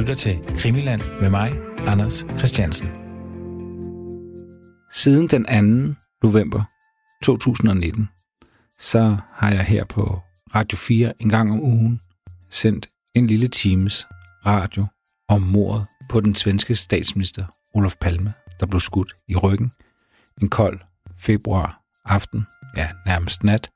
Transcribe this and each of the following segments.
lytter til Krimiland med mig, Anders Christiansen. Siden den 2. november 2019, så har jeg her på Radio 4 en gang om ugen sendt en lille times radio om mordet på den svenske statsminister Olof Palme, der blev skudt i ryggen en kold februar aften, ja nærmest nat,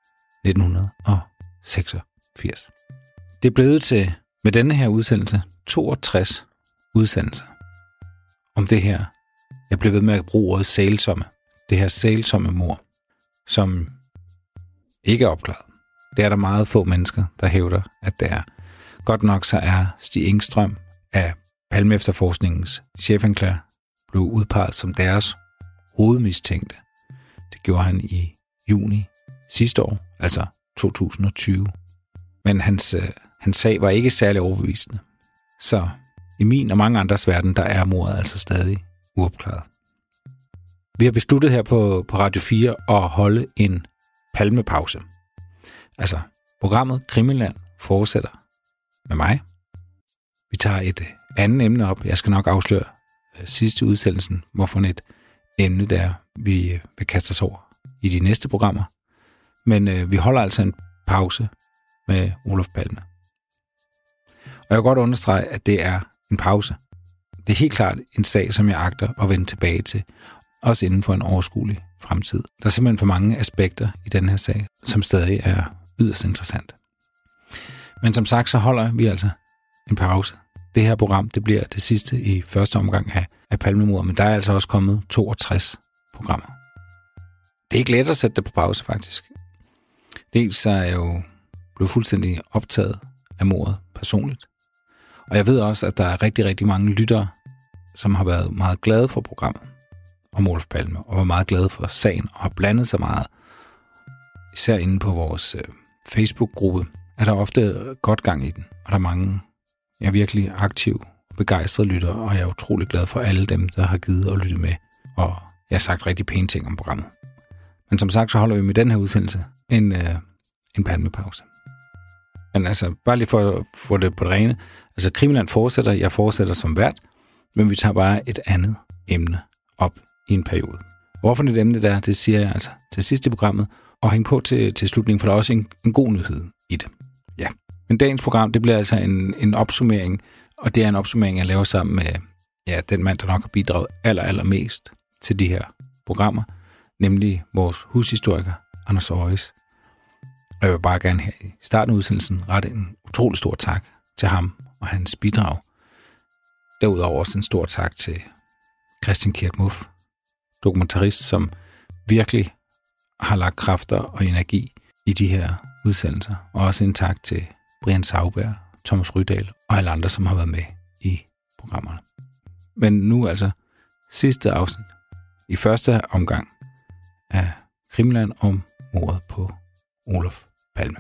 1986. Det er blevet til, med denne her udsendelse, 62 udsendelser om det her. Jeg blev ved med at bruge ordet sælsomme. Det her sælsomme mord, som ikke er opklaret. Det er der meget få mennesker, der hævder, at det er. Godt nok så er Stig Engstrøm af Palme Efterforskningens chefanklager blev udpeget som deres hovedmistænkte. Det gjorde han i juni sidste år, altså 2020. Men hans sag var ikke særlig overbevisende. Så i min og mange andres verden, der er mordet altså stadig uopklaret. Vi har besluttet her på Radio 4 at holde en palmepause. Altså, programmet Krimiland fortsætter med mig. Vi tager et andet emne op. Jeg skal nok afsløre sidste udsendelsen, hvorfor et emne der vi vil kaste os over i de næste programmer. Men vi holder altså en pause med Olof Palme. Og jeg vil godt understrege, at det er en pause. Det er helt klart en sag, som jeg agter at vende tilbage til, også inden for en overskuelig fremtid. Der er simpelthen for mange aspekter i den her sag, som stadig er yderst interessant. Men som sagt, så holder vi altså en pause. Det her program, det bliver det sidste i første omgang af Palmemordet, men der er altså også kommet 62 programmer. Det er ikke let at sætte det på pause, faktisk. Dels så er jeg jo blevet fuldstændig optaget af mordet personligt. Og jeg ved også, at der er rigtig, rigtig mange lyttere, som har været meget glade for programmet om Olof Palme, og var meget glade for sagen, og har blandet sig meget. Især inde på vores Facebook-gruppe er der ofte godt gang i den, og der er mange, jeg er virkelig aktiv og begejstret lytter, og jeg er utrolig glad for alle dem, der har givet at lytte med, og jeg har sagt rigtig pæne ting om programmet. Men som sagt, så holder vi med den her udsendelse en palmepause. Men altså, bare lige for at få det på det rene, altså Krimiland fortsætter, jeg fortsætter som vært, men vi tager bare et andet emne op i en periode. Hvorfor et emne der, det siger jeg altså til sidst i programmet, og hæng på til slutningen, for der er også en god nyhed i det. Ja. Men dagens program, det bliver altså en opsummering, og det er en opsummering, jeg laver sammen med den mand, der nok har bidraget allermest til de her programmer, nemlig vores hushistoriker, Anders Øjes. Og jeg vil bare gerne her i starten af udsendelsen rette en utrolig stor tak til ham og hans bidrag. Derudover også en stor tak til Christian Kirk Muff, dokumentarist, som virkelig har lagt kræfter og energi i de her udsendelser. Og også en tak til Brian Sauberg, Thomas Rydahl og alle andre, som har været med i programmerne. Men nu altså sidste afsnit i første omgang af Krimiland om mordet på Olof Palme.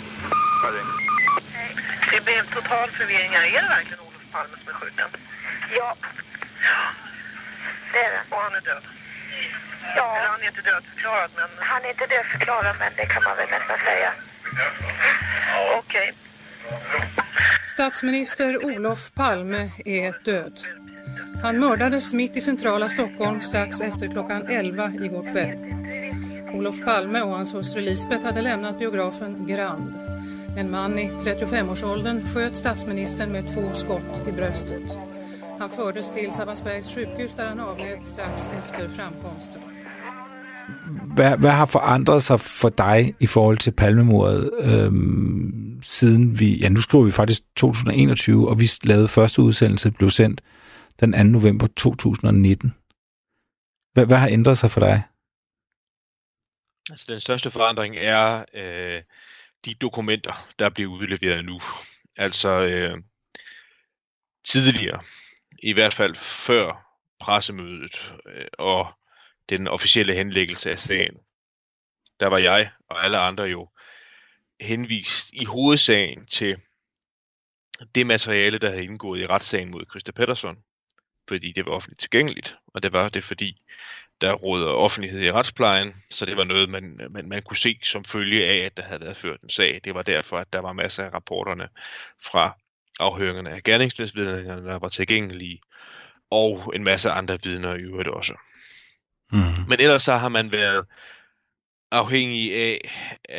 Det blev en total förvirring. Är det verkligen Olof Palme som är skjuten? Ja, det är det. Och han är död? Ja. Eller han är inte dödförklarad, men... Han är inte dödförklarad, men det kan man väl nästan säga. Okej. Statsminister Olof Palme är död. Han mördades mitt i centrala Stockholm strax efter klockan 11 igår kväll. Olof Palme och hans hustru Lisbeth hade lämnat biografen Grand. En man i 35-årsåldern sköt statsministern med 2 skott i bröstet. Han fördes till Sabbatsbergs sjukhus där han avled strax efter framkomsten. Hvad har forandret sig for dig i forhold til Palmemordet, siden nu skriver vi faktisk 2021, og vi lavede første udsendelse, blev sendt den 2. november 2019. Hvad har ændret sig for dig? Altså den største forandring er de dokumenter, der bliver udleveret nu. Altså tidligere, i hvert fald før pressemødet og den officielle henlæggelse af sagen, der var jeg og alle andre jo henvist i hovedsagen til det materiale, der havde indgået i retssagen mod Christa Pettersson, fordi det var offentligt tilgængeligt, og det var det, fordi der råder offentlighed i retsplejen, så det var noget, man kunne se som følge af, at der havde været ført en sag. Det var derfor, at der var masser af rapporterne fra afhøringerne af gerningsstedsvidnerne, der var tilgængelige, og en masse andre vidner i øvrigt også. Men ellers så har man været afhængig af,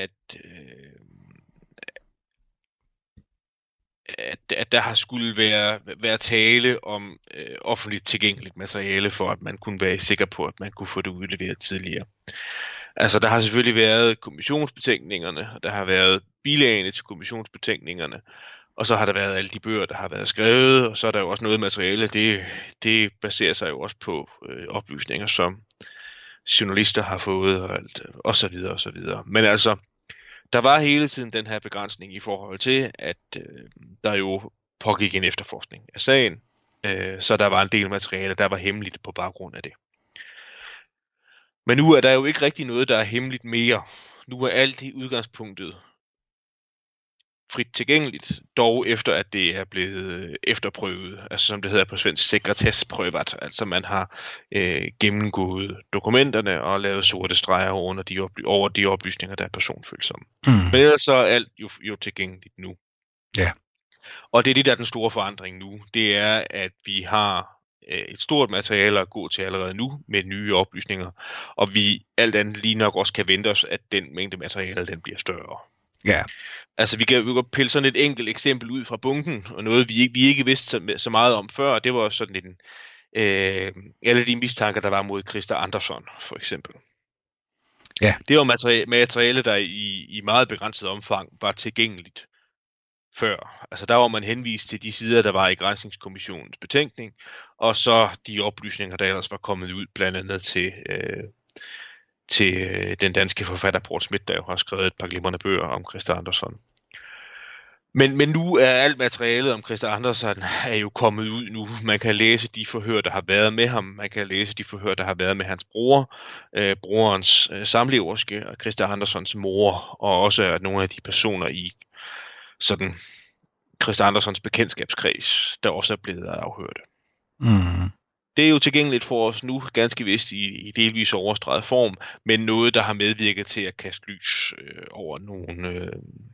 at der har skulle være tale om offentligt tilgængeligt materiale, for at man kunne være sikker på, at man kunne få det udleveret tidligere. Altså, der har selvfølgelig været kommissionsbetænkningerne, og der har været bilagene til kommissionsbetænkningerne, og så har der været alle de bøger, der har været skrevet, og så er der jo også noget materiale, det baserer sig jo også på oplysninger, som journalister har fået, og så videre, og så videre. Men altså, der var hele tiden den her begrænsning i forhold til, at der jo pågik en efterforskning af sagen, så der var en del materiale, der var hemmeligt på baggrund af det. Men nu er der jo ikke rigtig noget, der er hemmeligt mere. Nu er alt i udgangspunktet frit tilgængeligt, dog efter at det er blevet efterprøvet, altså som det hedder på svensk, sekretessprøvat, altså man har gennemgået dokumenterne og lavet sorte streger over de oplysninger, der er personfølsomme. Men ellers så er alt jo tilgængeligt nu. Ja. Og det er det, der er den store forandring nu. Det er, at vi har et stort materiale at gå til allerede nu med nye oplysninger, og vi alt andet lige nok også kan vente os, at den mængde materiale, den bliver større. Ja. Altså, vi kan pille sådan et enkelt eksempel ud fra bunken, og noget, vi ikke vidste så meget om før, det var sådan alle de mistanker, der var mod Christer Andersson, for eksempel. Ja. Det var materiale, der i meget begrænset omfang var tilgængeligt før. Altså, der var man henvist til de sider, der var i Granskningskommissionens betænkning, og så de oplysninger, der ellers var kommet ud, blandt andet til den danske forfatter Poul Schmidt, der jo har skrevet et par glimrende bøger om Christer Andersson. Men nu er alt materialet om Christer Andersson er jo kommet ud nu. Man kan læse de forhør, der har været med ham. Man kan læse de forhør, der har været med hans bror, brorens samleverske, og Christer Anderssons mor, og også nogle af de personer i sådan Christer Anderssons bekendtskabskreds, der også er blevet afhørt. Det er jo tilgængeligt for os nu, ganske vist i delvis overstreget form, men noget, der har medvirket til at kaste lys over nogle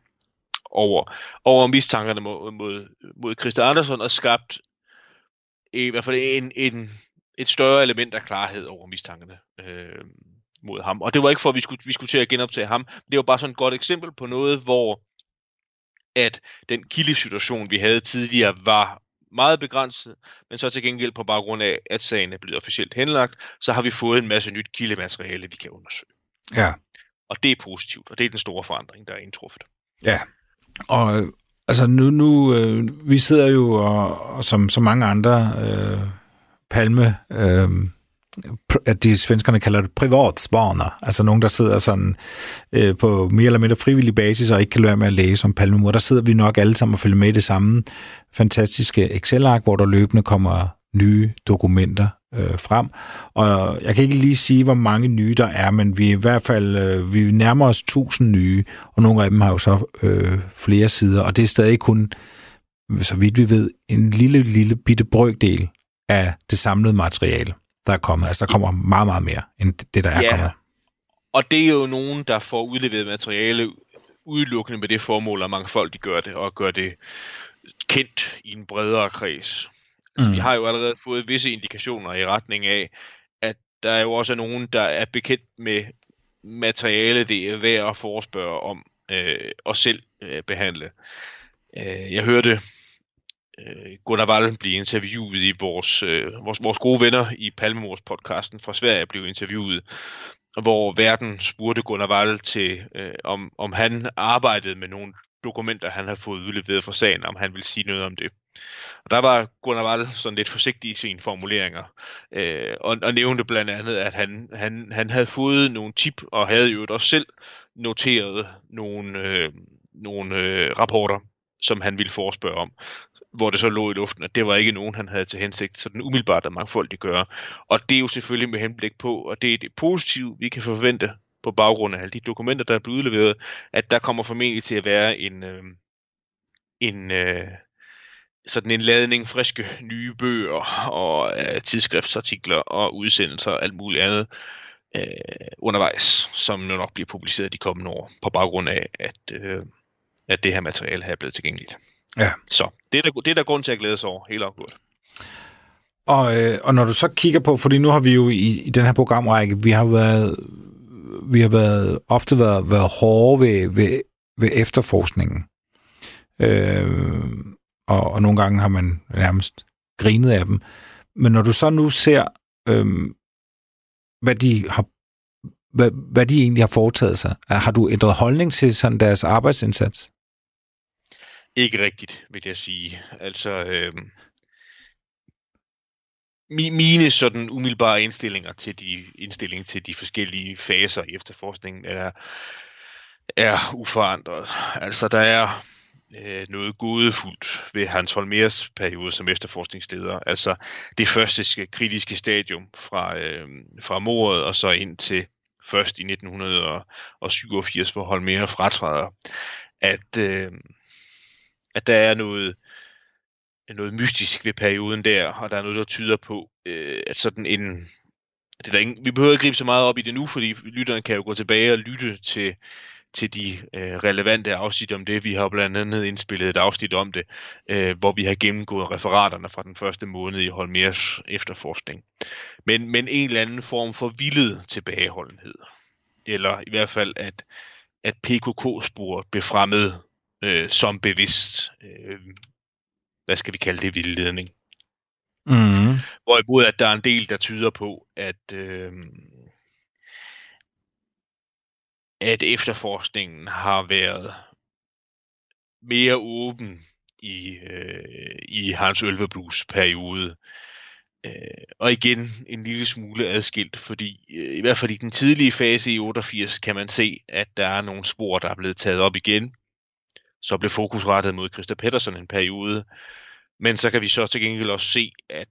over mistankerne mod Christer Andersson, og skabt i hvert fald et større element af klarhed over mistankerne mod ham. Og det var ikke for, at vi skulle til at genoptage ham. Det var bare sådan et godt eksempel på noget, hvor at den kildesituation, vi havde tidligere, var meget begrænset, men så til gengæld på baggrund af, at sagen er blevet officielt henlagt, så har vi fået en masse nyt kildemateriale, vi kan undersøge. Ja. Og det er positivt, og det er den store forandring, der er indtruffet. Ja, og altså nu vi sidder jo, og som så mange andre Palme, at de svenskerne kalder det privatspaner, altså nogen, der sidder sådan på mere eller mindre frivillig basis og ikke kan lade være med at læse om Palmemordet. Der sidder vi nok alle sammen og følger med i det samme fantastiske Excel-ark, hvor der løbende kommer nye dokumenter frem. Og jeg kan ikke lige sige, hvor mange nye der er, men vi i hvert fald vi nærmer os 1000 nye, og nogle af dem har jo så flere sider, og det er stadig kun, så vidt vi ved, en lille bitte brøkdel af det samlede materiale, der er kommet. Altså, der kommer meget, meget mere, end det, der er kommet. Og det er jo nogen, der får udleveret materiale udelukkende med det formål, at mange folk de gør det, og gør det kendt i en bredere kreds. Altså, vi har jo allerede fået visse indikationer i retning af, at der er jo også nogen, der er bekendt med materiale, det er værd at forespørge om og selv behandle. Jeg hørte Gunnar Wall blive interviewet i vores gode venner i Palmemordspodcasten fra Sverige blev interviewet, hvor verden spurgte Gunnar Wall til, om han arbejdede med nogle dokumenter, han havde fået udleveret fra sagen, om han ville sige noget om det. Og der var Gunnar Wall sådan lidt forsigtig i sine formuleringer, og nævnte blandt andet, at han havde fået nogle tip, og havde jo også selv noteret nogle rapporter, som han ville forespørge om, hvor det så lå i luften, at det var ikke nogen, han havde til hensigt, så den umiddelbart er mangfoldigt gøre. Og det er jo selvfølgelig med henblik på, og det er det positive, vi kan forvente på baggrund af alle de dokumenter, der er blevet udleveret, at der kommer formentlig til at være sådan en ladning friske nye bøger og tidsskriftsartikler og udsendelser og alt muligt andet undervejs, som nok bliver publiceret de kommende år på baggrund af, at det her materiale her er blevet tilgængeligt. Ja. Så det er der grund til at glæde sig over, helt afgjort. Og når du så kigger på, fordi nu har vi jo i den her programrække, vi har ofte været hårde ved efterforskningen. Og nogle gange har man nærmest grinet af dem. Men når du så nu ser, hvad de egentlig har foretaget sig, har du ændret holdning til sådan deres arbejdsindsats? Ikke rigtigt, vil jeg sige. Altså, mine sådan umiddelbare indstilling til de forskellige faser i efterforskningen er uforandret. Altså, der er noget gådefuldt ved Hans Holmérs periode som efterforskningsleder. Altså, det første kritiske stadium fra mordet og så ind til først i 1987, hvor Holmér fratræder, at der er noget mystisk ved perioden der, og der er noget, der tyder på, at sådan en... vi behøver ikke gribe så meget op i det nu, fordi lytterne kan jo gå tilbage og lytte til de relevante afsnit om det. Vi har blandt andet indspillet et afsnit om det, hvor vi har gennemgået referaterne fra den første måned i Holmérs efterforskning. Men en eller anden form for villet tilbageholdenhed. Eller i hvert fald, at PKK-sporet blev fremmet som bevidst, hvad skal vi kalde det, vildledning. Mm. Hvorimod at der er en del, der tyder på, at efterforskningen har været mere åben i Hans Ølveblues periode. Og igen en lille smule adskilt, fordi i hvert fald i den tidlige fase i 88 kan man se, at der er nogle spor, der er blevet taget op igen. Så blev fokus rettet mod Christa Pettersson en periode. Men så kan vi så til gengæld også se,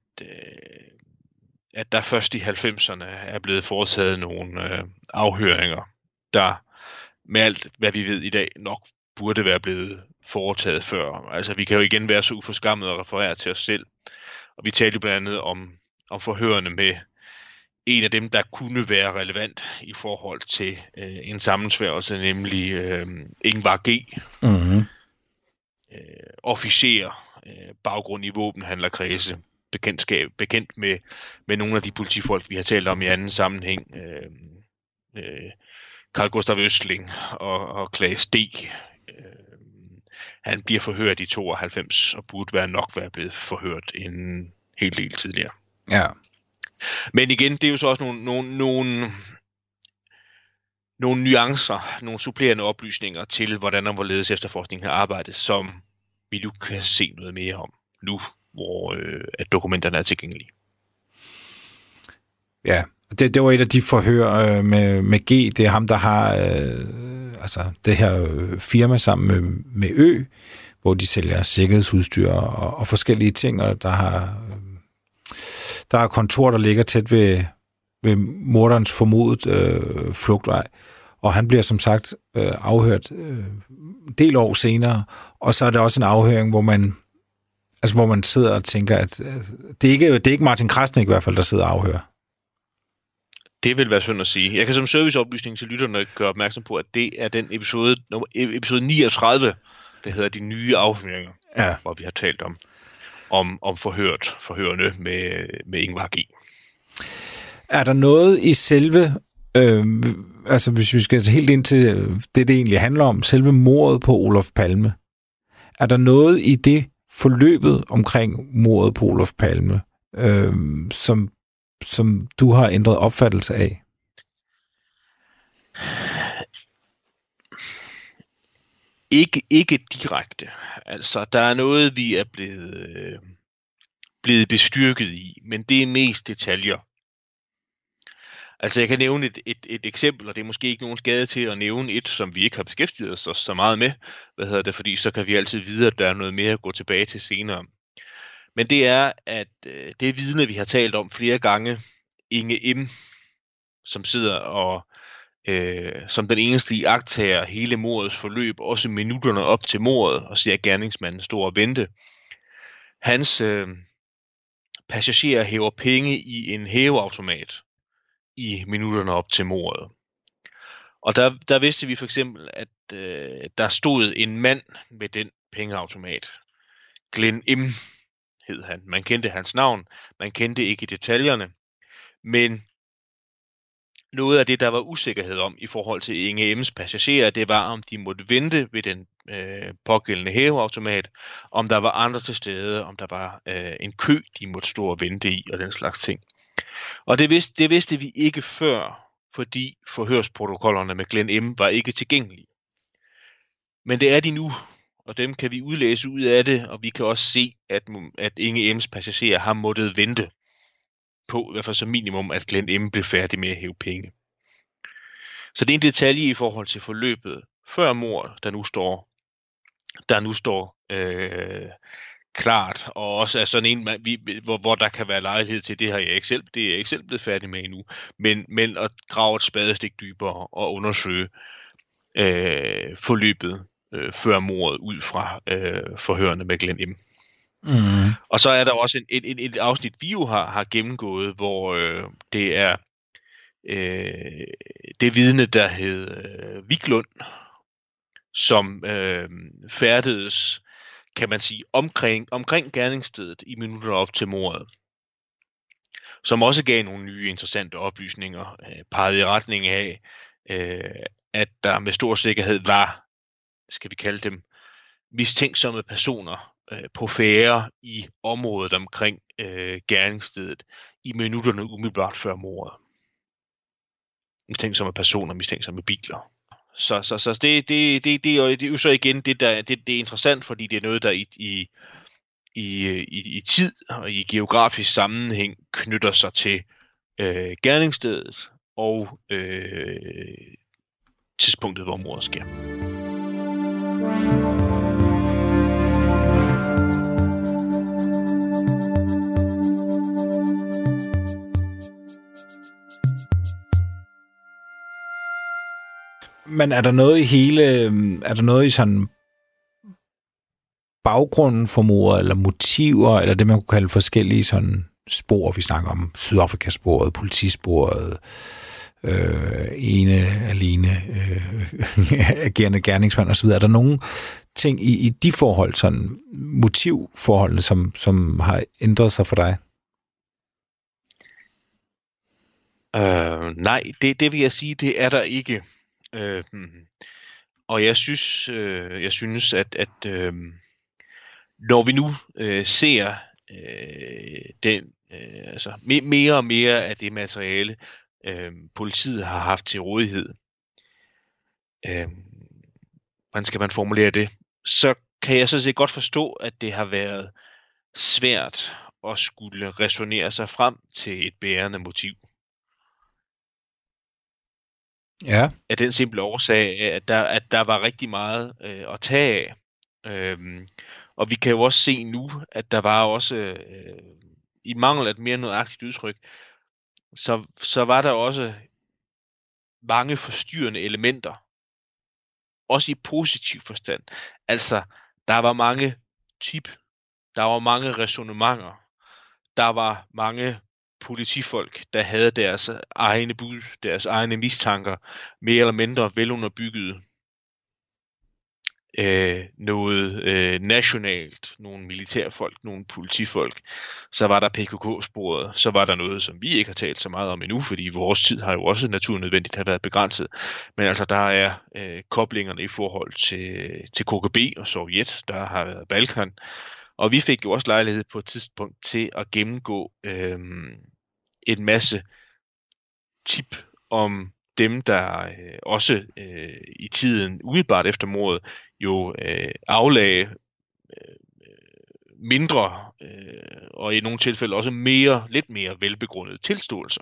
at der først i 90'erne er blevet foretaget nogle afhøringer, der med alt, hvad vi ved i dag, nok burde være blevet foretaget før. Altså, vi kan jo igen være så uforskammet og referere til os selv. Og vi talte blandt andet om forhørene med en af dem, der kunne være relevant i forhold til en sammensværgelse, nemlig Ingvar G. Mm-hmm. Officer, baggrund i våbenhandlerkredse, bekendt med nogle af de politifolk, vi har talt om i anden sammenhæng. Carl Gustav Østling og Claes D. Han bliver forhørt i 92 og burde nok være blevet forhørt en helt del tidligere. Ja. Men igen, det er jo så også nogle nuancer, nogle supplerende oplysninger til, hvordan og hvorledes efterforskningen har arbejdet, som vi nu kan se noget mere om nu, hvor at dokumenterne er tilgængelige. Ja, det var et af de forhør med G. Det er ham, der har det her firma sammen med Ø, hvor de sælger sikkerhedsudstyr og forskellige ting, og der er kontor, der ligger tæt ved morderens formodet flugtvej. Og han bliver som sagt afhørt en del år senere, og så er der også en afhøring, hvor man sidder og tænker, at det er ikke Martin Krasnik i hvert fald, der sidder og afhører. Det vil være synd at sige. Jeg kan som serviceoplysning til lytterne gøre opmærksom på, at det er den episode 39, der hedder De nye afhøringer, ja. Hvor vi har talt om forhørene med Ingvar G. Er der noget i selve, hvis vi skal helt ind til det egentlig handler om, selve mordet på Olof Palme, er der noget i det forløbet omkring mordet på Olof Palme, som du har ændret opfattelse af? Ikke direkte. Altså, der er noget, vi er blevet bestyrket i, men det er mest detaljer. Altså, jeg kan nævne et eksempel, og det er måske ikke nogen skade til at nævne et, som vi ikke har beskæftiget os så meget med. Fordi så kan vi altid vide, at der er noget mere at gå tilbage til senere. Men det er, at det vidne, vi har talt om flere gange, Inge M., som sidder og som den eneste iagttager hele mordets forløb, også minutterne op til mordet, og ser gerningsmanden stå og vente. Hans passagerer hæver penge i en hæveautomat i minutterne op til mordet. Og der vidste vi for eksempel, at der stod en mand med den pengeautomat. Glenn M. hed han. Man kendte hans navn, man kendte ikke detaljerne, men noget af det, der var usikkerhed om i forhold til Inge M's passagerer, det var, om de måtte vente ved den pågældende hæveautomat, om der var andre til stede, om der var en kø, de måtte stå og vente i, og den slags ting. Og det vidste vi ikke før, fordi forhørsprotokollerne med Glenn M. var ikke tilgængelige. Men det er de nu, og dem kan vi udlæse ud af det, og vi kan også se, at Inge M's passagerer har måttet vente på, i hvert fald som minimum, at Glenn M. blev færdig med at hæve penge. Så det er en detalje i forhold til forløbet før mordet, der nu står klart, og også er sådan en, hvor der kan være lejlighed til, det er jeg ikke selv blevet færdig med endnu, men at grave et spadestik dybere og undersøge forløbet før mordet ud fra forhørene med Glenn M. Mm. Og så er der også et afsnit, vi jo har gennemgået, hvor det er det vidne, der hed Viklund, som færdedes, kan man sige, omkring gerningsstedet i minutter op til mordet, som også gav nogle nye interessante oplysninger, pegede i retning af, at der med stor sikkerhed var, skal vi kalde dem, mistænksomme personer på færre i området omkring gerningsstedet i minutterne umiddelbart før mordet. Mistænksomme personer, mistænksomme biler. Så det er jo så igen det er interessant, fordi det er noget, der i tid og i geografisk sammenhæng knytter sig til gerningsstedet og tidspunktet, hvor mordet sker. Men er der noget i sådan baggrunden for mordet, eller motiver, eller det man kunne kalde forskellige sådan spor, vi snakker om Sydafrikasporet, politisporet, alene agerende gerningsmand osv. Er der nogle ting i de forhold, sådan motivforholdene, som har ændret sig for dig? Nej, det vil jeg sige, det er der ikke. Og jeg synes, at når vi nu ser den, altså mere og mere af det materiale, politiet har haft til rådighed, hvordan skal man formulere det, så kan jeg så set godt forstå, at det har været svært at skulle ræsonere sig frem til et bærende motiv. Ja. Af den simple årsag, at der var rigtig meget at tage af. Og vi kan jo også se nu, at der var også, i mangel af et mere nøjagtigt udtryk, så var der også mange forstyrrende elementer. Også i positiv forstand. Altså, der var mange tip, der var mange ræsonnementer, der var mange politifolk, der havde deres egne bud, deres egne mistanker, mere eller mindre velunderbygget. Noget nationalt, nogle militærfolk, nogle politifolk, så var der PKK-sporet, så var der noget, som vi ikke har talt så meget om endnu, fordi vores tid har jo også naturnødvendigt have været begrænset, men altså der er koblingerne i forhold til KGB og Sovjet, der har været Balkan, og vi fik jo også lejlighed på et tidspunkt til at gennemgå en masse tip om dem, der også i tiden umiddelbart efter mordet jo aflagde mindre og i nogle tilfælde også lidt mere velbegrundede tilståelser.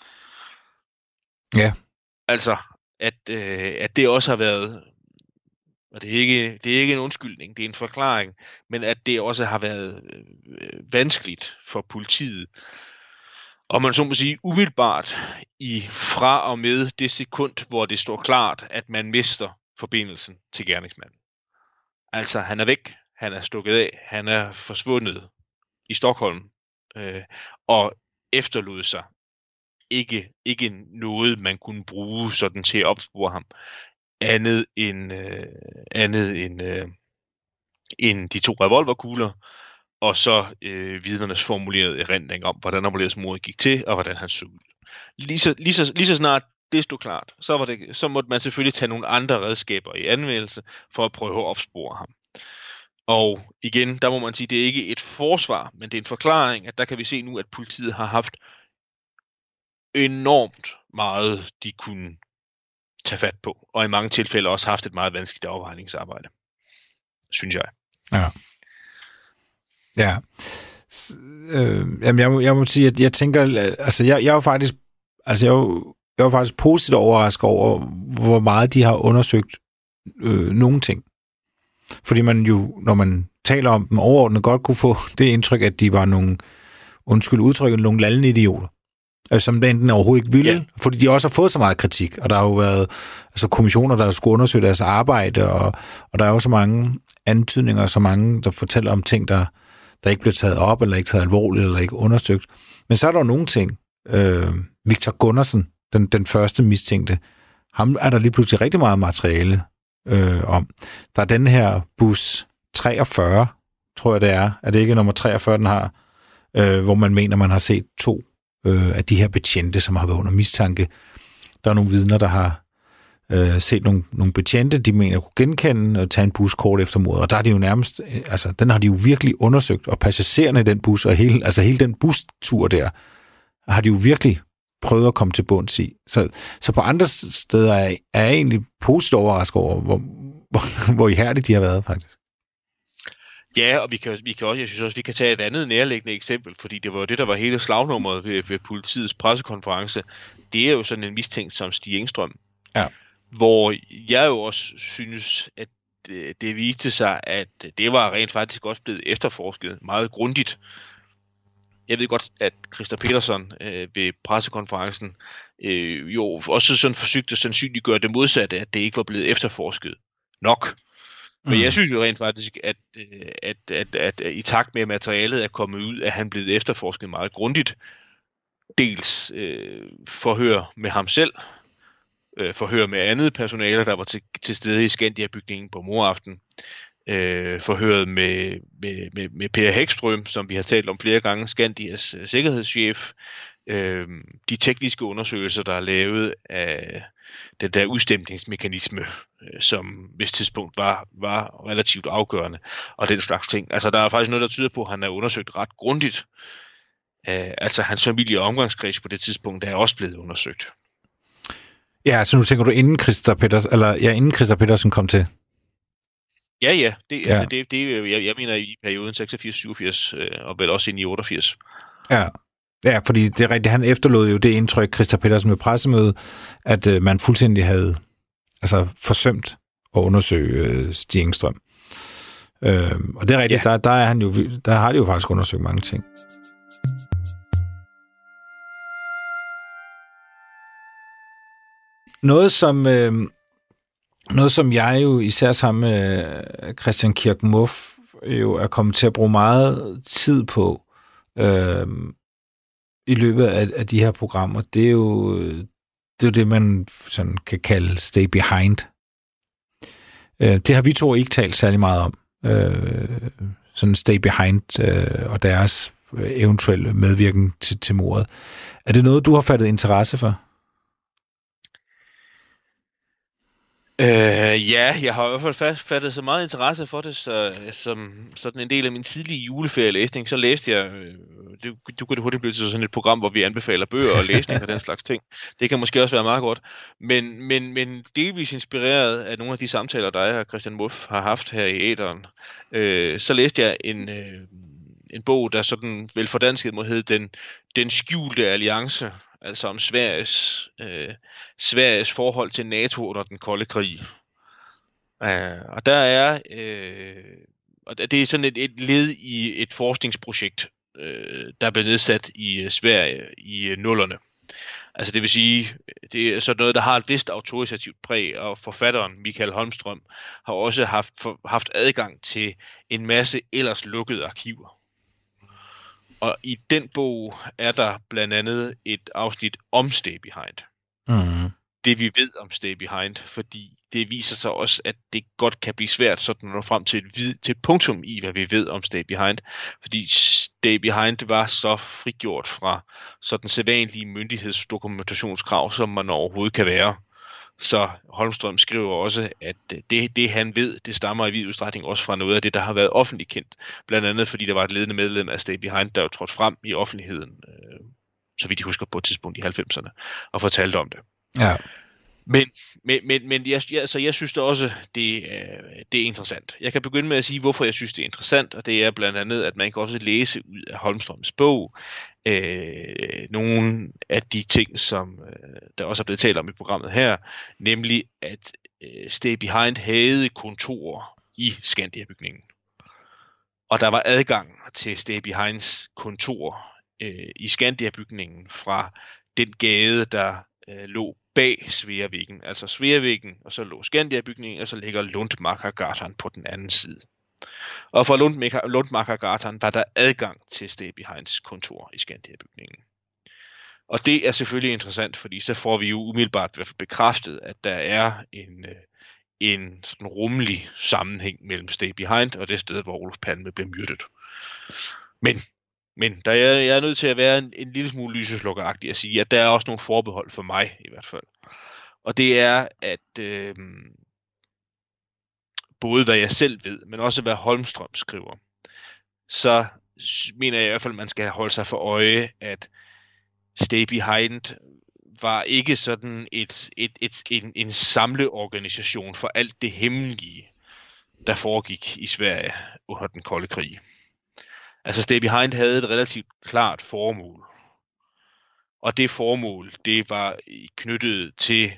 Ja. Altså, at det også har været, og det er ikke en undskyldning, det er en forklaring, men at det også har været vanskeligt for politiet, og man så må sige umiddelbart fra og med det sekund, hvor det står klart, at man mister forbindelsen til gerningsmanden. Altså, han er væk, han er stukket af, han er forsvundet i Stockholm, og efterlod sig ikke noget, man kunne bruge sådan til at opspore ham, andet end end de 2 revolverkugler, og så vidnernes formulerede erindring om, hvordan Amoleus mordet gik til, og hvordan han så ud. Lige så snart det stod klart, så måtte man selvfølgelig tage nogle andre redskaber i anvendelse, for at prøve at opspore ham. Og igen, der må man sige, det er ikke et forsvar, men det er en forklaring, at der kan vi se nu, at politiet har haft enormt meget, de kunne tage fat på, og i mange tilfælde også haft et meget vanskeligt afvejningsarbejde, synes jeg. Ja. Ja. Jamen, jeg må sige, at jeg tænker, altså jeg var faktisk positivt overrasket over, hvor meget de har undersøgt nogle ting. Fordi man jo, når man taler om dem overordnet, godt kunne få det indtryk, at de var nogle, nogle lallende idioter. Som enten overhovedet ikke ville, fordi de også har fået så meget kritik, og der har jo været kommissioner, der skulle undersøge deres arbejde, og der er jo så mange antydninger, så mange, der fortæller om ting, der ikke bliver taget op, eller ikke taget alvorligt, eller ikke undersøgt. Men så er der jo nogle ting. Victor Gundersen, den første mistænkte, ham er der lige pludselig rigtig meget materiale om. Der er den her bus 43, tror jeg det er. Er det ikke nummer 43, den har? Hvor man mener, man har set 2 af de her betjente, som har været under mistanke. Der er nogle vidner, der har set nogle betjente, de mener kunne genkende og tage en bus kort efter mordet. Og der er de jo nærmest, den har de jo virkelig undersøgt, og passagererne i den bus, og hele den bustur der, har de jo virkelig prøvet at komme til bunds i. Så på andre steder er jeg egentlig positivt overrasket over, hvor ihærdigt de har været, faktisk. Ja, og vi kan også, jeg synes også, vi kan tage et andet nærliggende eksempel, fordi det var jo det, der var hele slagnummeret ved politiets pressekonference. Det er jo sådan en mistænkt som Stig Engstrøm. Ja. Hvor jeg jo også synes, at det viste sig, at det var rent faktisk også blevet efterforsket meget grundigt. Jeg ved godt, at Christer Petersen ved pressekonferencen jo også sådan forsøgte at sandsynliggøre det modsatte, at det ikke var blevet efterforsket nok. Men jeg synes jo rent faktisk, at i takt med, at materialet er kommet ud, at han blevet efterforsket meget grundigt. Dels forhør med ham selv, forhør med andet personale, der var til stede i Skandia-bygningen på moraften, forhøret med Per Hækstrøm, som vi har talt om flere gange, Skandias sikkerhedschef, de tekniske undersøgelser, der er lavet af den der udstemningsmekanisme, som hvis tidspunkt var relativt afgørende, og den slags ting. Altså, der er faktisk noget, der tyder på, at han er undersøgt ret grundigt. Altså, hans familie og omgangskreds på det tidspunkt er også blevet undersøgt. Ja, så nu tænker du, inden Christer Petersen kom til? Ja. Jeg mener i perioden 86-87, og vel også ind i 88. Ja, fordi det er rigtigt, han efterlod jo det indtryk, Christer Petersen ved pressemødet, at man fuldstændig havde forsømt at undersøge Stig Engstrøm. Og det er rigtigt, der har de jo faktisk undersøgt mange ting. Noget, som jeg jo især sammen med Christian Kirk Muff jo er kommet til at bruge meget tid på i løbet af de her programmer, det er jo det, man sådan kan kalde stay behind. Det har vi to ikke talt særlig meget om. Sådan stay behind og deres eventuelle medvirken til mordet. Er det noget, du har fattet interesse for? Ja, jeg har i hvert fald fattet så meget interesse for det, som sådan en del af min tidlige juleferielæsning, så læste jeg, du kunne det hurtigt blive til sådan et program, hvor vi anbefaler bøger og læsning og den slags ting. Det kan måske også være meget godt, men delvis inspireret af nogle af de samtaler, der er, Christian Muff har haft her i æteren, så læste jeg en bog, der sådan vel fordansket må hedde Den skjulte alliance, altså om Sveriges forhold til NATO under den kolde krig. Og der er, og det er sådan et led i et forskningsprojekt, der blev nedsat i Sverige i 00'erne. Altså det vil sige, det er sådan noget, der har et vist autoritativt præg, og forfatteren Michael Holmström har også haft adgang til en masse ellers lukkede arkiver. Og i den bog er der blandt andet et afsnit om Stay Behind. Mm. det, vi ved om Stay Behind, fordi det viser sig også, at det godt kan blive svært sådan at nå frem til et punktum i, hvad vi ved om Stay Behind, fordi Stay Behind var så frigjort fra sådan sædvanlige myndighedsdokumentationskrav, som man overhovedet kan være. Så Holmstrøm skriver også, at det han ved, det stammer i vid udstrækning også fra noget af det, der har været offentligt kendt. Blandt andet fordi der var et ledende medlem af Stay Behind, der jo trådte frem i offentligheden, så vidt jeg husker på et tidspunkt i 90'erne, og fortalte om det. Ja. Men jeg synes da også, det er interessant. Jeg kan begynde med at sige, hvorfor jeg synes, det er interessant, og det er blandt andet, at man kan også læse ud af Holmstrøms bog nogle af de ting, som der også er blevet talt om i programmet her, nemlig at Stay Behind havde kontorer i Skandia-bygningen. Og der var adgang til Stay Behinds kontor i Skandia-bygningen fra den gade, der lå bag Sveavæggen, altså Sveavæggen, og så lå Skandia-bygningen, og så ligger Lundmachergatan på den anden side. Og fra Lundmachergatan var der adgang til Stay Behinds kontor i Skandia-bygningen. Og det er selvfølgelig interessant, fordi så får vi jo umiddelbart i hvert fald bekræftet, at der er en sådan rummelig sammenhæng mellem Stay Behind og det sted, hvor Olof Palme blev myrdet. Men der er jeg nødt til at være en lille smule lyseslukkeragtig at sige, at der er også nogle forbehold for mig i hvert fald. Og det er, at både hvad jeg selv ved, men også hvad Holmstrøm skriver, så mener jeg i hvert fald, at man skal holde sig for øje, at Stay Behind var ikke sådan en samleorganisation for alt det hemmelige, der foregik i Sverige under den kolde krig. Altså Stay Behind havde et relativt klart formål. Og det formål, det var knyttet til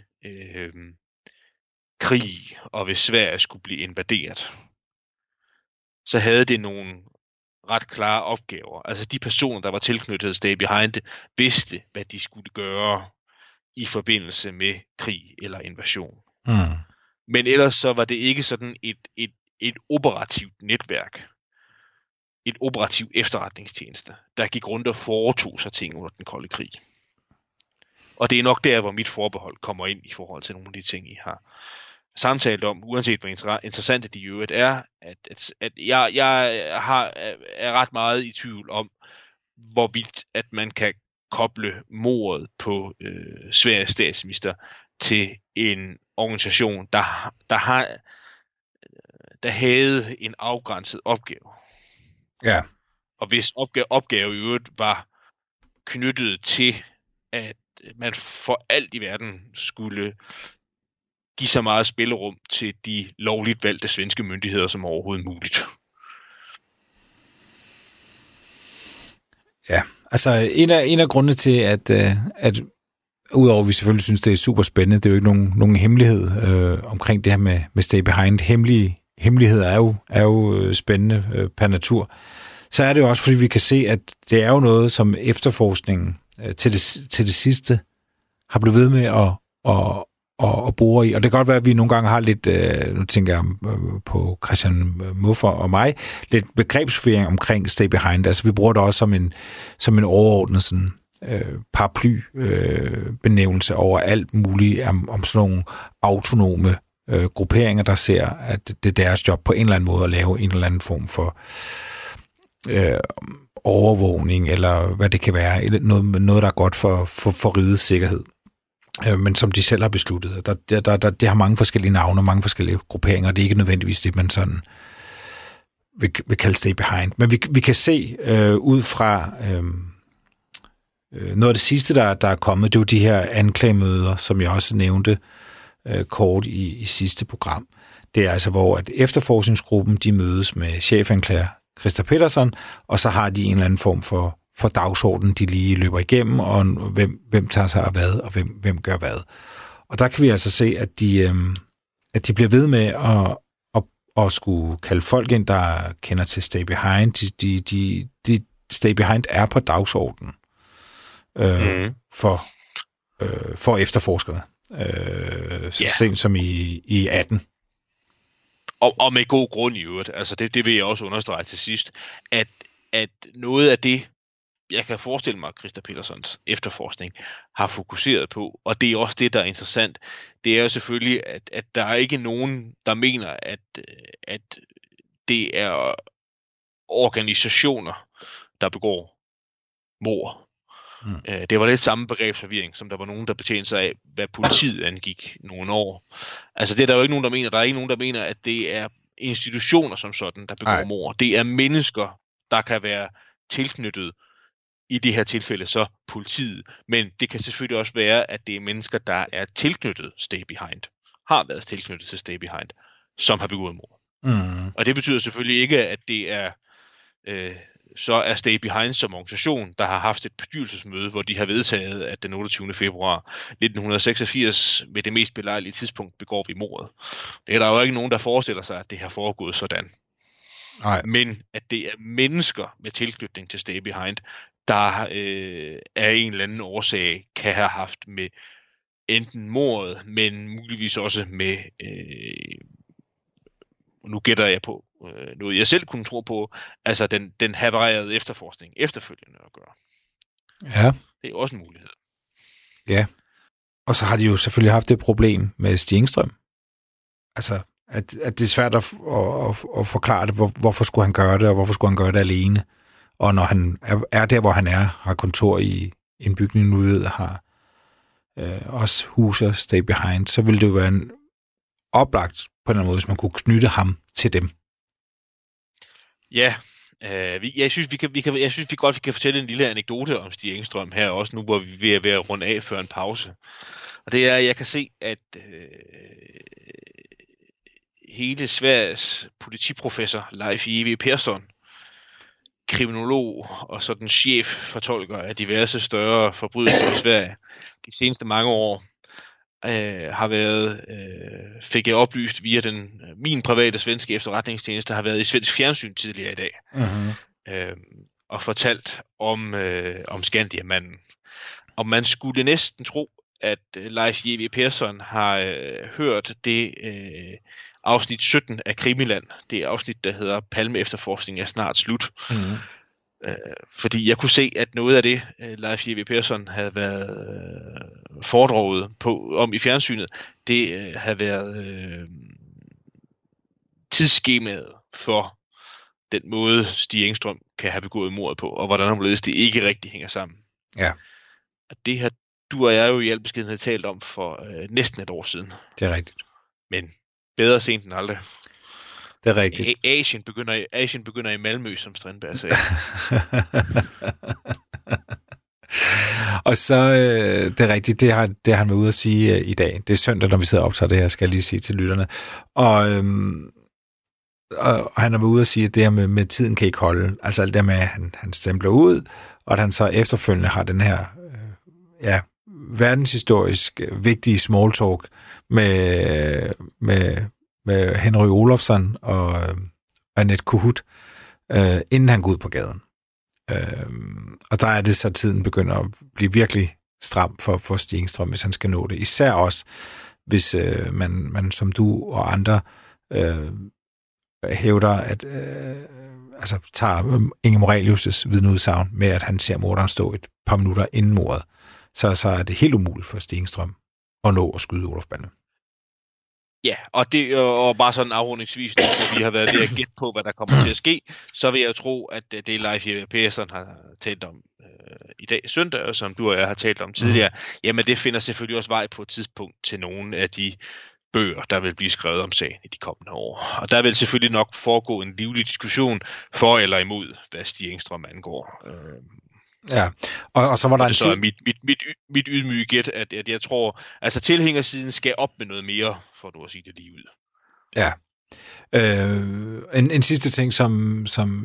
krig, og hvis Sverige skulle blive invaderet, så havde det nogle ret klare opgaver. Altså de personer, der var tilknyttet Stay Behind, vidste, hvad de skulle gøre i forbindelse med krig eller invasion. Mm. Men ellers så var det ikke sådan et operativt netværk, et operativt efterretningstjeneste, der gik rundt og foretog sig ting under den kolde krig. Og det er nok der, hvor mit forbehold kommer ind i forhold til nogle af de ting, I har samtalt om, uanset hvor interessante de i øvrigt er, at jeg er ret meget i tvivl om, hvorvidt at man kan koble mordet på Sveriges statsminister til en organisation, der havde en afgrænset opgave. Ja. Og hvis opgave i øvrigt var knyttet til, at man for alt i verden skulle give så meget spillerum til de lovligt valgte svenske myndigheder som overhovedet muligt. Ja, altså en af grundene til, at udover at vi selvfølgelig synes, det er super spændende, det er jo ikke nogen hemmelighed omkring det her med Stay Behind. Hemmeligheder er jo spændende per natur. Så er det jo også, fordi vi kan se, at det er jo noget, som efterforskningen til det sidste har blevet ved med at bore i. Og det kan godt være, at vi nogle gange har lidt, nu tænker jeg på Christian Muffer og mig, lidt begrebsforvirring omkring Stay Behind. Altså vi bruger det også som en overordnet sådan, paraply benævnelse over alt muligt om sådan nogle autonome grupperinger, der ser, at det er deres job på en eller anden måde at lave en eller anden form for overvågning, eller hvad det kan være, noget der er godt for rigets sikkerhed. Men som de selv har besluttet. Det har mange forskellige navne, mange forskellige grupperinger, det er ikke nødvendigvis det, man sådan vil kalde Stay Behind. Men vi kan se ud fra noget af det sidste, der er kommet, det er jo de her anklagemøder, som jeg også nævnte kort i sidste program. Det er altså, hvor at efterforskningsgruppen, de mødes med chefanklager Christer Pettersson, og så har de en eller anden form for dagsordenen, de lige løber igennem, og hvem tager sig af hvad, og hvem gør hvad. Og der kan vi altså se, at de bliver ved med at skulle kalde folk ind, der kender til Stay Behind. De Stay Behind er på dagsordenen for efterforskerne. Så sent som i 18. Og med god grund i øvrigt. Altså det vil jeg også understrege til sidst, at noget af det, jeg kan forestille mig, at Christer Petersons efterforskning har fokuseret på, og det er også det, der er interessant. Det er jo selvfølgelig, at der er ikke nogen, der mener, at det er organisationer, der begår mord. Det var lidt samme begrebsforvirring, som der var nogen, der betjente sig af, hvad politiet angik nogle år. Altså det er der jo ikke nogen, der mener. Der er ikke nogen, der mener, at det er institutioner som sådan, der begår mord. Det er mennesker, der kan være tilknyttet i det her tilfælde så politiet. Men det kan selvfølgelig også være, at det er mennesker, der er tilknyttet Stay Behind, har været tilknyttet til Stay Behind, som har begået mord. Og det betyder selvfølgelig ikke, at det er så er Stay Behind som organisation, der har haft et bestyrelsesmøde, hvor de har vedtaget, at den 28. februar 1986 ved det mest belejlige tidspunkt begår vi mordet. Det er der jo ikke nogen, der forestiller sig, at det har foregået sådan. Nej. Men at det er mennesker med tilknytning til Stay Behind, der af en eller anden årsag kan have haft med enten mordet, men muligvis også med, nu gætter jeg på, noget jeg selv kunne tro på, altså den havarerede efterforskning efterfølgende at gøre. Ja. Det er også en mulighed. Ja. Og så har de jo selvfølgelig haft det problem med Stig Engstrøm. Altså, at det er svært at forklare det, hvorfor skulle han gøre det, og hvorfor skulle han gøre det alene. Og når han er der, hvor han er, har kontor i en bygning, nu ved, har også huser Stay Behind, så ville det jo være en oplagt på en eller anden måde, hvis man kunne knytte ham til dem. Ja, jeg synes vi godt kan fortælle en lille anekdote om Stig Engstrøm her også nu, hvor vi er ved at runde af før en pause. Og det er, at jeg kan se, at hele Sveriges politiprofessor Leif J.V. Persson, kriminolog og sådan cheffortolker af diverse større forbrydelser i Sverige de seneste mange år, har været, fik jeg oplyst via min private svenske efterretningstjeneste, har været i svensk fjernsyn tidligere i dag, og fortalt om Skandiamanden. Og man skulle næsten tro, at Leif J.V. Persson har hørt det afsnit 17 af Krimiland, det afsnit, der hedder Palme efterforskning er snart slut. Fordi jeg kunne se, at noget af det, Leif J.V. Persson havde været foredraget om i fjernsynet, det havde været tidsskemaet for den måde, Stig Engstrøm kan have begået mordet på, og hvordan omledes det ikke rigtig hænger sammen. Ja. Og det her, du og jeg jo i al beskedenhed talt om for næsten et år siden. Det er rigtigt. Men bedre sent end aldrig. Det er rigtigt. Asien begynder i Malmø, som Strindberg sagde. Og så, det er rigtigt, det har han været ude at sige i dag. Det er søndag, når vi sidder og optager det her, skal jeg lige sige til lytterne. Og han har været ude at sige, at det her med tiden kan ikke holde. Altså alt det med, at han stempler ud, og at han så efterfølgende har den her verdenshistorisk vigtige small talk med Henry Olofsson og Annette Kohut, inden han går ud på gaden. Og der er det så, tiden begynder at blive virkelig stram for Stig Engstrøm, hvis han skal nå det. Især også, hvis man som du og andre hævder, at tager Inge Morelius' vidneudsagn med, at han ser morderen stå et par minutter inden mordet, så er det helt umuligt for Stig Engstrøm at nå at skyde Olof Palme. Ja, og bare sådan afrundingsvis, hvor vi har været ved at gætte på, hvad der kommer til at ske, så vil jeg tro, at det Leif J.V. Persson har talt om i dag søndag, og som du og jeg har talt om tidligere, jamen det finder selvfølgelig også vej på et tidspunkt til nogle af de bøger, der vil blive skrevet om sagen i de kommende år. Og der vil selvfølgelig nok foregå en livlig diskussion for eller imod, hvad Stig Engstrøm angår. Ja, og så var der så er mit ydmyge gæt, at jeg tror, altså tilhængersiden skal op med noget mere, for du at sige det lige ud. Ja. En sidste ting, som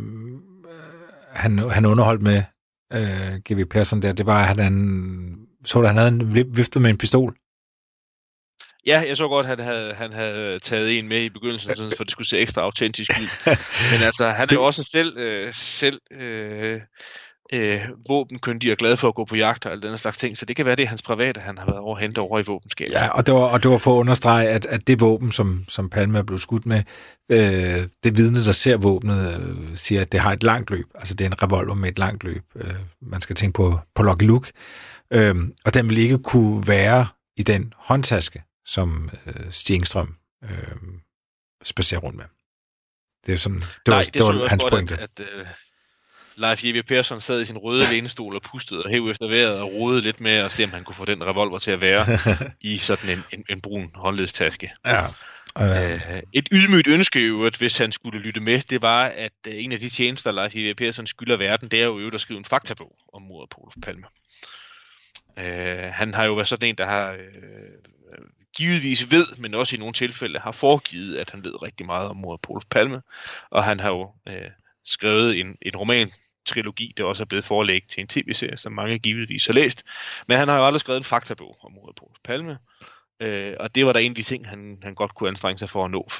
han underholdt med G.V. Persson der, det var, at han havde en viftet med en pistol. Ja, jeg så godt, at han havde taget en med i begyndelsen, sådan, for det skulle se ekstra autentisk ud. Men altså, han er jo også selv våbenkyndig og glad for at gå på jagt og alt den slags ting, så det kan være, det er hans private, han har været over at hente over i våbenskabet. Ja, og det var for at understrege, at det våben, som Palme er blevet skudt med, det vidne, der ser våbnet, siger, at det har et langt løb. Altså, det er en revolver med et langt løb. Man skal tænke på Lucky Luke. Og den vil ikke kunne være i den håndtaske, som Stig Engstrøm spacerer rundt med. Det er sådan, det var hans pointe. At Leif J.V. Persson sad i sin røde lænestol og pustede og hæv efter vejret og rodede lidt med at se, om han kunne få den revolver til at være i sådan en brun håndledstaske. Ja. Et ydmygt ønske jo, at hvis han skulle lytte med, det var, at en af de tjenester, Leif J.V. Persson skylder verden, det er jo at skrive en faktabog om mordet på Olof Palme. Han har jo været sådan en, der har givetvis ved, men også i nogle tilfælde har foregivet, at han ved rigtig meget om mordet på Olof Palme. Og han har jo skrevet en roman-trilogi, der også er blevet forelægget til en tv-serie, som mange givetvis har læst. Men han har jo aldrig skrevet en faktabog om mordet på Olof Palme. Og det var der en af de ting, han godt kunne anstrenge sig for at nå,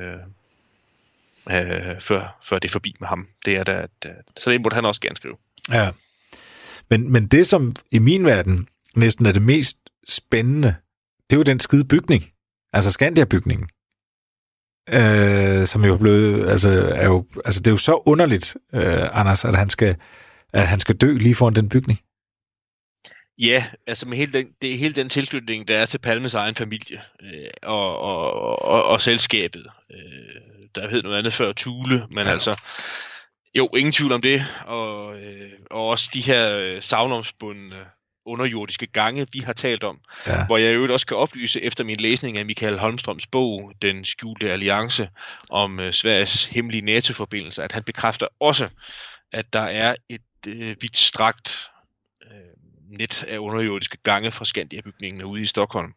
før det er forbi med ham. Det er da, så det måtte han også gerne skrive. Ja. Men det, som i min verden næsten er det mest spændende, det er jo den skide bygning. Altså Skandia-bygningen. Som jo er blevet, det er jo så underligt, Anders, at han skal dø lige foran den bygning. Ja, altså med hele den tilknytning, der er til Palmes egen familie og selskabet. Der hed noget andet før Thule, men altså jo, ingen tvivl om det, og også de her savnomsbundne underjordiske gange, vi har talt om, hvor jeg jo også kan oplyse efter min læsning af Michael Holmstrøms bog, Den skjulte alliance, om Sveriges hemmelige NATO-forbindelser, at han bekræfter også, at der er et vidt strakt net af underjordiske gange fra Skandia-bygningen ude i Stockholm.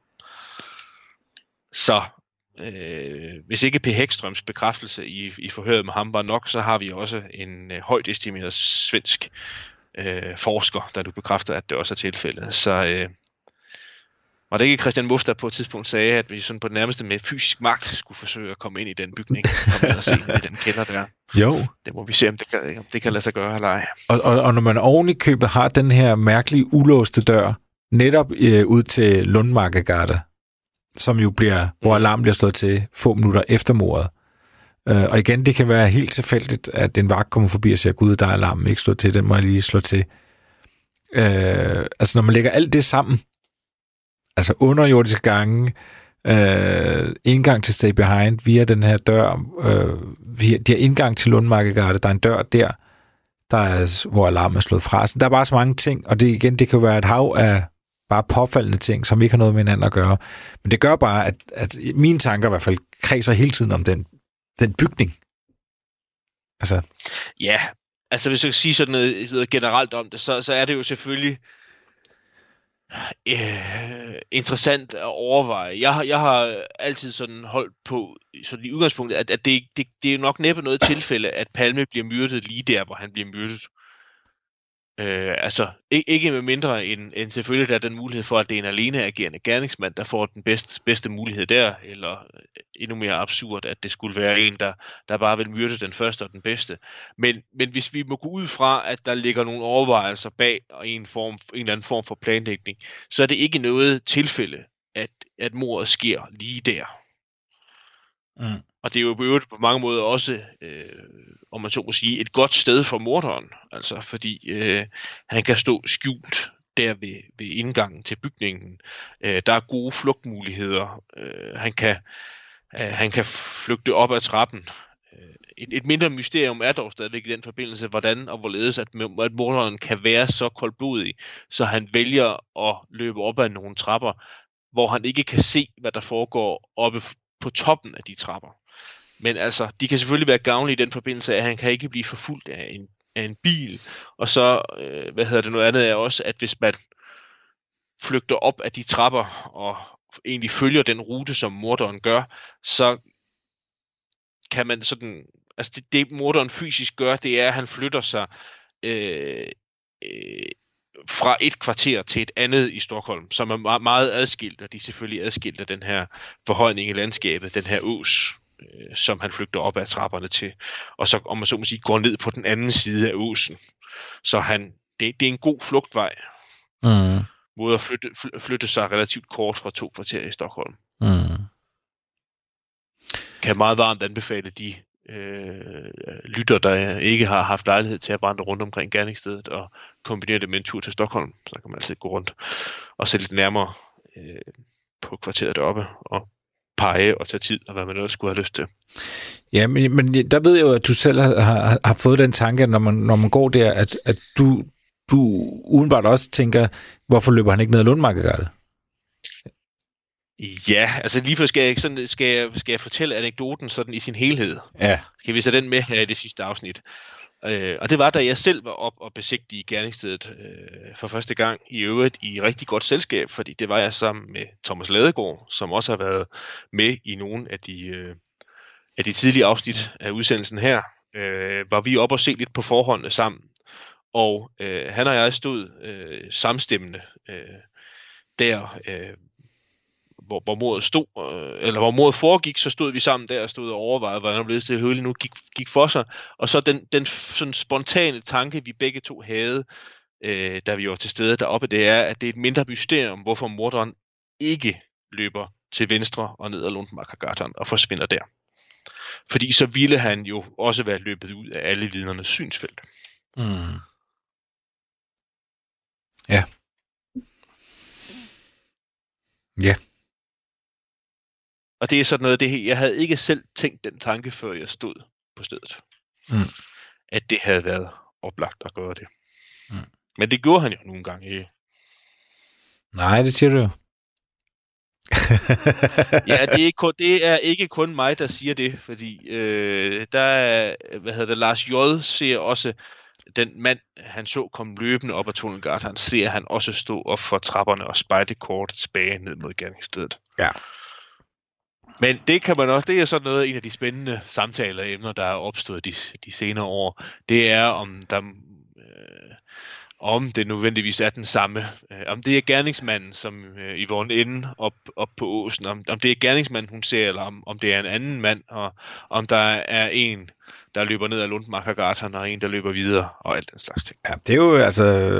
Så hvis ikke P. Hækstrøms bekræftelse i forhøret med ham var nok, så har vi også en højt estimeret svensk forsker, der nu bekræfter, at det også er tilfældet. Så var det ikke Christian Muff, der på et tidspunkt sagde, at vi sådan på det nærmeste med fysisk magt skulle forsøge at komme ind i den bygning, komme ind og se i den kælder der. Jo. Det må vi se, om det kan lade sig gøre eller ej. Og når man oven i købet har den her mærkelige ulåste dør, netop ud til Lundmarkegade, som jo hvor alarmen bliver stået til få minutter efter mordet. Og igen, det kan være helt tilfældigt, at en vagt kommer forbi og siger, gud, der er alarmen ikke slået til, den må jeg lige slå til. Når man lægger alt det sammen, altså underjordiske gange, indgang til Stay Behind via den her dør, de har indgang til Lundmarkegade, der er en dør der er, hvor alarmen er slået fra. Så der er bare så mange ting, og det kan være et hav af bare påfaldende ting, som ikke har noget med hinanden at gøre. Men det gør bare, at mine tanker i hvert fald kredser hele tiden om den bygning. Altså. Ja, altså hvis jeg skal sige sådan noget generelt om det, så er det jo selvfølgelig interessant at overveje. Jeg har altid sådan holdt på sådan i udgangspunktet, at det er nok næppe noget tilfælde, at Palme bliver myrdet lige der, hvor han bliver myrdet. Ikke med mindre end selvfølgelig der er den mulighed for, at det er en aleneagerende gerningsmand, der får den bedste mulighed der, eller endnu mere absurd, at det skulle være en, der bare vil myrde den første og den bedste. Men hvis vi må gå ud fra, at der ligger nogle overvejelser bag og en eller anden form for planlægning, så er det ikke noget tilfælde, at mordet sker lige der. Mm. Og det er jo på mange måder også, om man så må sige, et godt sted for morderen. Altså fordi han kan stå skjult der ved indgangen til bygningen. Der er gode flugtmuligheder. Han kan flygte op ad trappen. Et mindre mysterium er dog stadigvæk i den forbindelse, hvordan og hvorledes at morderen kan være så koldblodig, så han vælger at løbe op ad nogle trapper, hvor han ikke kan se, hvad der foregår oppe på toppen af de trapper. Men altså, de kan selvfølgelig være gavnlige i den forbindelse, at han kan ikke blive forfulgt af en bil. Og så, noget andet er også, at hvis man flygter op af de trapper, og egentlig følger den rute, som morderen gør, så kan man sådan, altså det morderen fysisk gør, det er, at han flytter sig fra et kvarter til et andet i Stockholm, som er meget adskilt, og de er selvfølgelig adskilt af den her forhøjning i landskabet, den her ås, som han flygter op ad trapperne til, og så, om man så må sige, går ned på den anden side af åsen. Så det er en god flugtvej mod at flytte sig relativt kort fra 2 kvarter i Stockholm. Kan meget varmt anbefale de lytter, der ikke har haft lejlighed til at vandre rundt omkring gerningsstedet og kombinere det med en tur til Stockholm. Så kan man altså gå rundt og se lidt nærmere på kvarteret deroppe og pege og tage tid, og hvad man ellers skulle have lyst til. Ja, men der ved jeg jo, at du selv har fået den tanke, når man går der, at du udenbart også tænker, hvorfor løber han ikke ned ad Lundmarkegardet? Ja, altså lige for skal jeg fortælle anekdoten sådan i sin helhed. Ja. Skal vi så den med her i det sidste afsnit? Og det var, da jeg selv var op og besigtige gerningsstedet for første gang, i øvrigt i rigtig godt selskab, fordi det var jeg sammen med Thomas Ladegaard, som også har været med i nogle af de tidlige afsnit af udsendelsen her. Var vi op og se lidt på forholdene sammen, og han og jeg stod samstemmende der, hvor mordet stod, eller hvor mordet foregik, så stod vi sammen der og stod og overvejede, hvordan det hele nu gik for sig. Og så den sådan spontane tanke, vi begge to havde, da vi var til stede deroppe, det er, at det er et mindre mysterium, hvorfor morderen ikke løber til venstre og ned ad Lundmarkegarden og forsvinder der. Fordi så ville han jo også være løbet ud af alle vidnernes synsfelt. Ja. Ja. Og det er sådan noget, jeg havde ikke selv tænkt den tanke, før jeg stod på stedet. At det havde været oplagt at gøre det. Men det gjorde han jo nogle gange ikke. Nej, det siger du jo. Ja, det er ikke kun mig, der siger det, fordi der er, Lars J. ser også den mand, han så komme løbende op ad Tunnelgatan, ser han også stå op for trapperne og spejde kort tilbage ned mod gerningsstedet. Ja. Men det kan man også, det er sådan noget, en af de spændende samtaler og emner, der er opstået de senere år. Det er, om det nødvendigvis er den samme. Om det er gerningsmanden, som Yvonne inde op på åsen. Om det er gerningsmanden, hun ser, eller om det er en anden mand, og om der er en, der løber ned ad Lundmarkegarden, og en, der løber videre, og alt den slags ting. Ja, det er jo altså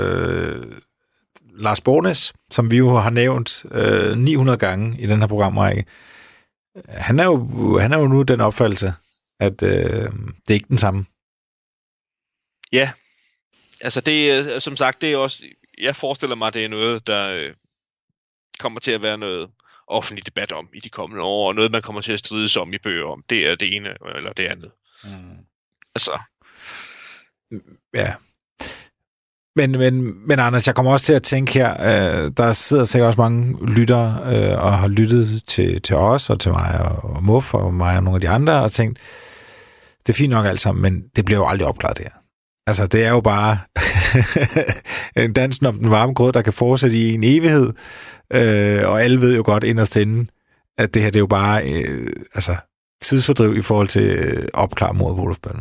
Lars Bornes, som vi jo har nævnt 900 gange i den her programrække. Han er jo nu den opfattelse, at det er ikke den samme. Ja, altså det er, som sagt, det er også, jeg forestiller mig, det er noget, der kommer til at være noget offentlig debat om i de kommende år, og noget, man kommer til at strides om i bøger om. Det er det ene eller det andet. Altså. Ja. Men Anders, jeg kommer også til at tænke her, der sidder sikkert også mange lyttere og har lyttet til os og til mig og Muff og mig og nogle af de andre og tænkt, det er fint nok alt sammen, men det bliver jo aldrig opklaret det her. Altså, det er jo bare en dansen om den varme grød, der kan fortsætte i en evighed, og alle ved jo godt inderst inde, at det her, det er jo bare tidsfordriv i forhold til opklare mordet på Olof Palme.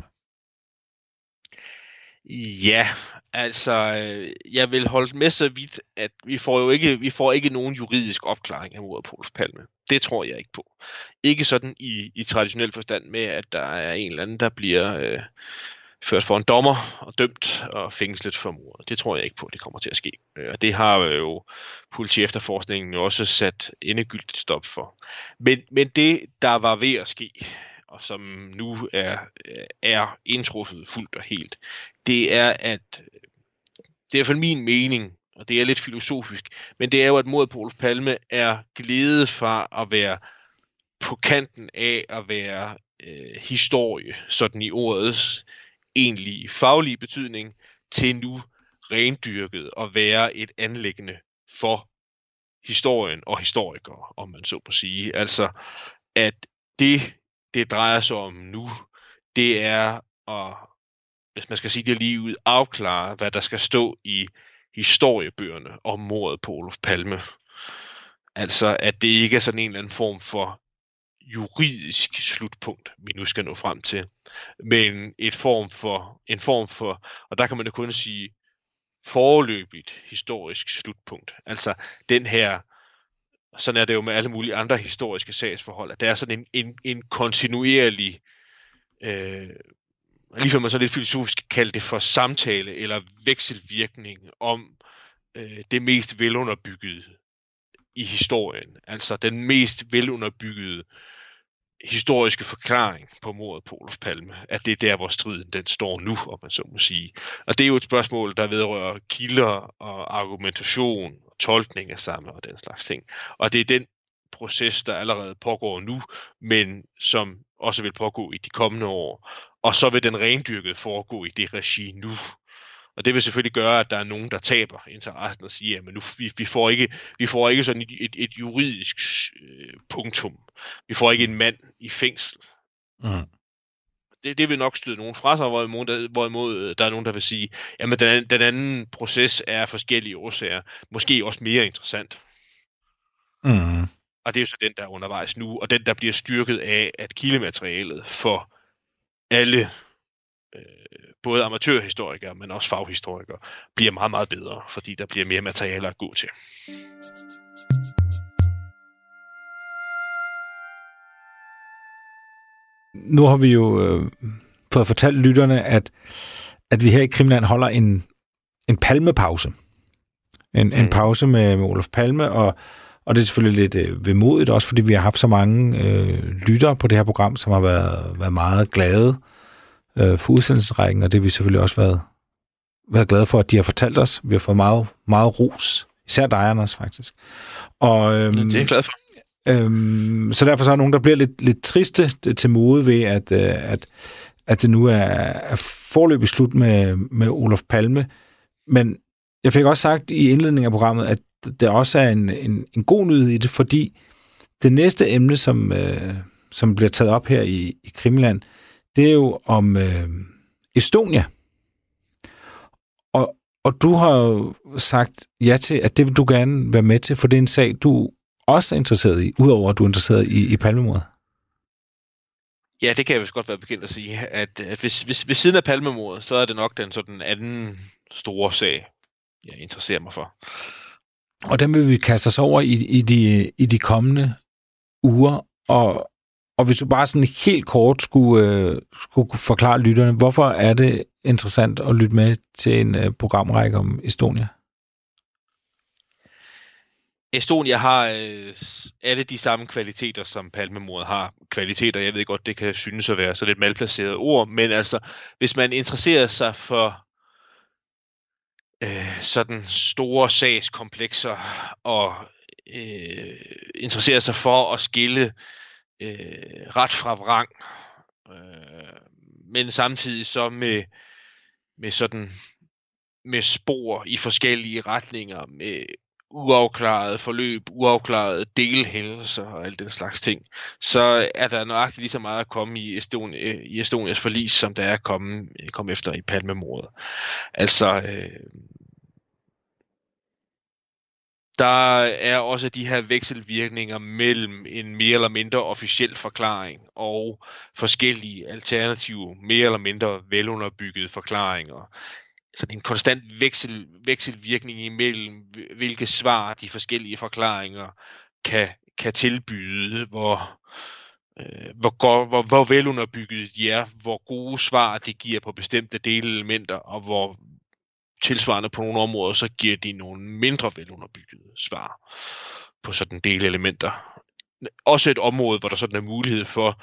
Ja, altså, jeg vil holde med så vidt, at vi får ikke nogen juridisk opklaring af mordet på Olof Palme. Det tror jeg ikke på. Ikke sådan i traditionel forstand med, at der er en eller anden, der bliver ført for en dommer og dømt og fængslet for mordet. Det tror jeg ikke på, det kommer til at ske. Og det har jo politi-efterforskningen jo også sat endegyldigt stop for. Men det, der var ved at ske, og som nu er indtruffet fuldt og helt, det er, at det er i hvert fald min mening, og det er lidt filosofisk, men det er jo, at mordet på Olof Palme er glædet fra at være på kanten af at være historie, sådan i ordets egentlige faglige betydning, til nu rendyrket at være et anliggende for historien og historikere, om man så må sige. Altså, at det drejer sig om nu, det er at, hvis man skal sige det lige ud, afklare, hvad der skal stå i historiebøgerne om mordet på Olof Palme. Altså, at det ikke er sådan en eller anden form for juridisk slutpunkt, vi nu skal nå frem til, men en form for, og der kan man jo kun sige, foreløbigt historisk slutpunkt. Altså, den her, sådan er det jo med alle mulige andre historiske sagsforhold, at der er sådan en kontinuerlig lige før man så lidt filosofisk kalde det for samtale eller vekselvirkning om det mest velunderbyggede i historien. Altså den mest velunderbyggede historiske forklaring på mordet på Olof Palme, at det er der, hvor striden den står nu, om man så må sige. Og det er jo et spørgsmål, der vedrører kilder og argumentation og tolkning af samme og den slags ting. Og det er den proces, der allerede pågår nu, men som også vil pågå i de kommende år. Og så vil den rendyrket foregå i det regi nu. Og det vil selvfølgelig gøre, at der er nogen, der taber interessen og siger, at nu, vi får ikke sådan et juridisk punktum. Vi får ikke en mand i fængsel. Mm. Det vil nok støde nogen fra sig, hvorimod der er nogen, der vil sige, at den anden proces er af forskellige årsager. Måske også mere interessant. Mm. Og det er jo så den, der er undervejs nu, og den, der bliver styrket af, at kildematerialet for alle både amatørhistorikere, men også faghistorikere, bliver meget, meget bedre, fordi der bliver mere materiale at gå til. Nu har vi jo fået fortalt lytterne, at vi her i Krimiland holder en palmepause. En pause med Olof Palme, og det er selvfølgelig lidt vemodigt også, fordi vi har haft så mange lyttere på det her program, som har været meget glade for udsendelsesrækken, og det har vi selvfølgelig også været glade for, at de har fortalt os. Vi har fået meget, meget ros. Især dig, Anders, faktisk. Og, det er jeg glad for. Så derfor så er nogen, der bliver lidt triste til mode ved, at det nu er forløbig slut med Olof Palme. Men jeg fik også sagt i indledningen af programmet, at der også er en god nyhed i det, fordi det næste emne, som bliver taget op her i Krimiland, det er jo om Estonia. Og du har jo sagt ja til, at det vil du gerne være med til, for det er en sag, du også er interesseret i, udover at du er interesseret i Palmemordet. Ja, det kan jeg vist godt være bekendt at sige, at hvis ved siden af Palmemordet, så er det nok den sådan anden store sag, jeg interesserer mig for. Og den vil vi kaste os over i de kommende uger, og hvis du bare sådan helt kort skulle forklare lytterne, hvorfor er det interessant at lytte med til en programrække om Estonia? Estonia har alle de samme kvaliteter, som Palmemordet har. Kvaliteter, jeg ved godt, det kan synes at være så lidt malplaceret ord, men altså, hvis man interesserer sig for sådan store sagskomplekser og interesserer sig for at skille ret fra vrang, men samtidig så med spor i forskellige retninger, med uafklarede forløb, uafklarede delhændelser og alt den slags ting, så er der nøjagtigt lige så meget at komme i Estonias forlis, som der er at komme efter i Palmemordet. Altså, der er også de her vekselvirkninger mellem en mere eller mindre officiel forklaring og forskellige alternative, mere eller mindre velunderbyggede forklaringer. Så det er en konstant vekselvirkning imellem, hvilke svar de forklaringer kan tilbyde, hvor velunderbygget de er, hvor gode svar de giver på bestemte delelementer, og hvor tilsvarende på nogle områder, så giver de nogle mindre velunderbyggede svar på sådan delelementer. Også et område, hvor der sådan er mulighed for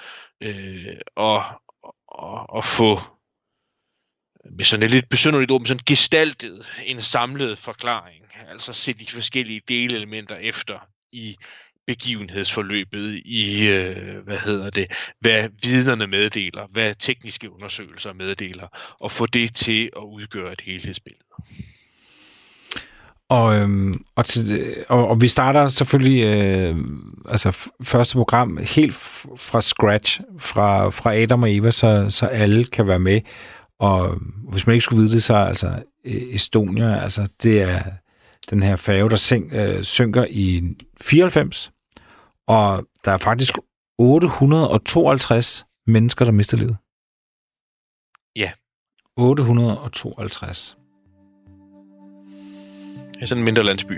at få med sådan et lidt besynderligt ord, men sådan gestaltet en samlet forklaring. Altså se de forskellige delelementer efter i begivenhedsforløbet, i hvad vidnerne meddeler, hvad tekniske undersøgelser meddeler, og få det til at udgøre et helhedsbillede. Og vi starter selvfølgelig første program helt fra scratch, fra Adam og Eva, så alle kan være med. Og hvis man ikke skulle vide det, så altså Estonia, altså det er den her færge, der synker i 94, og der er faktisk 852 mennesker, der mister livet. Ja. 852. Det er sådan en mindre landsby.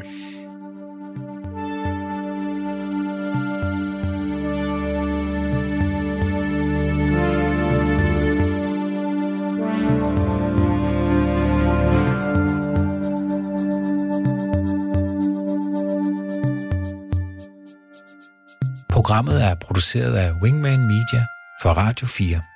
Programmet er produceret af Wingman Media for Radio 4.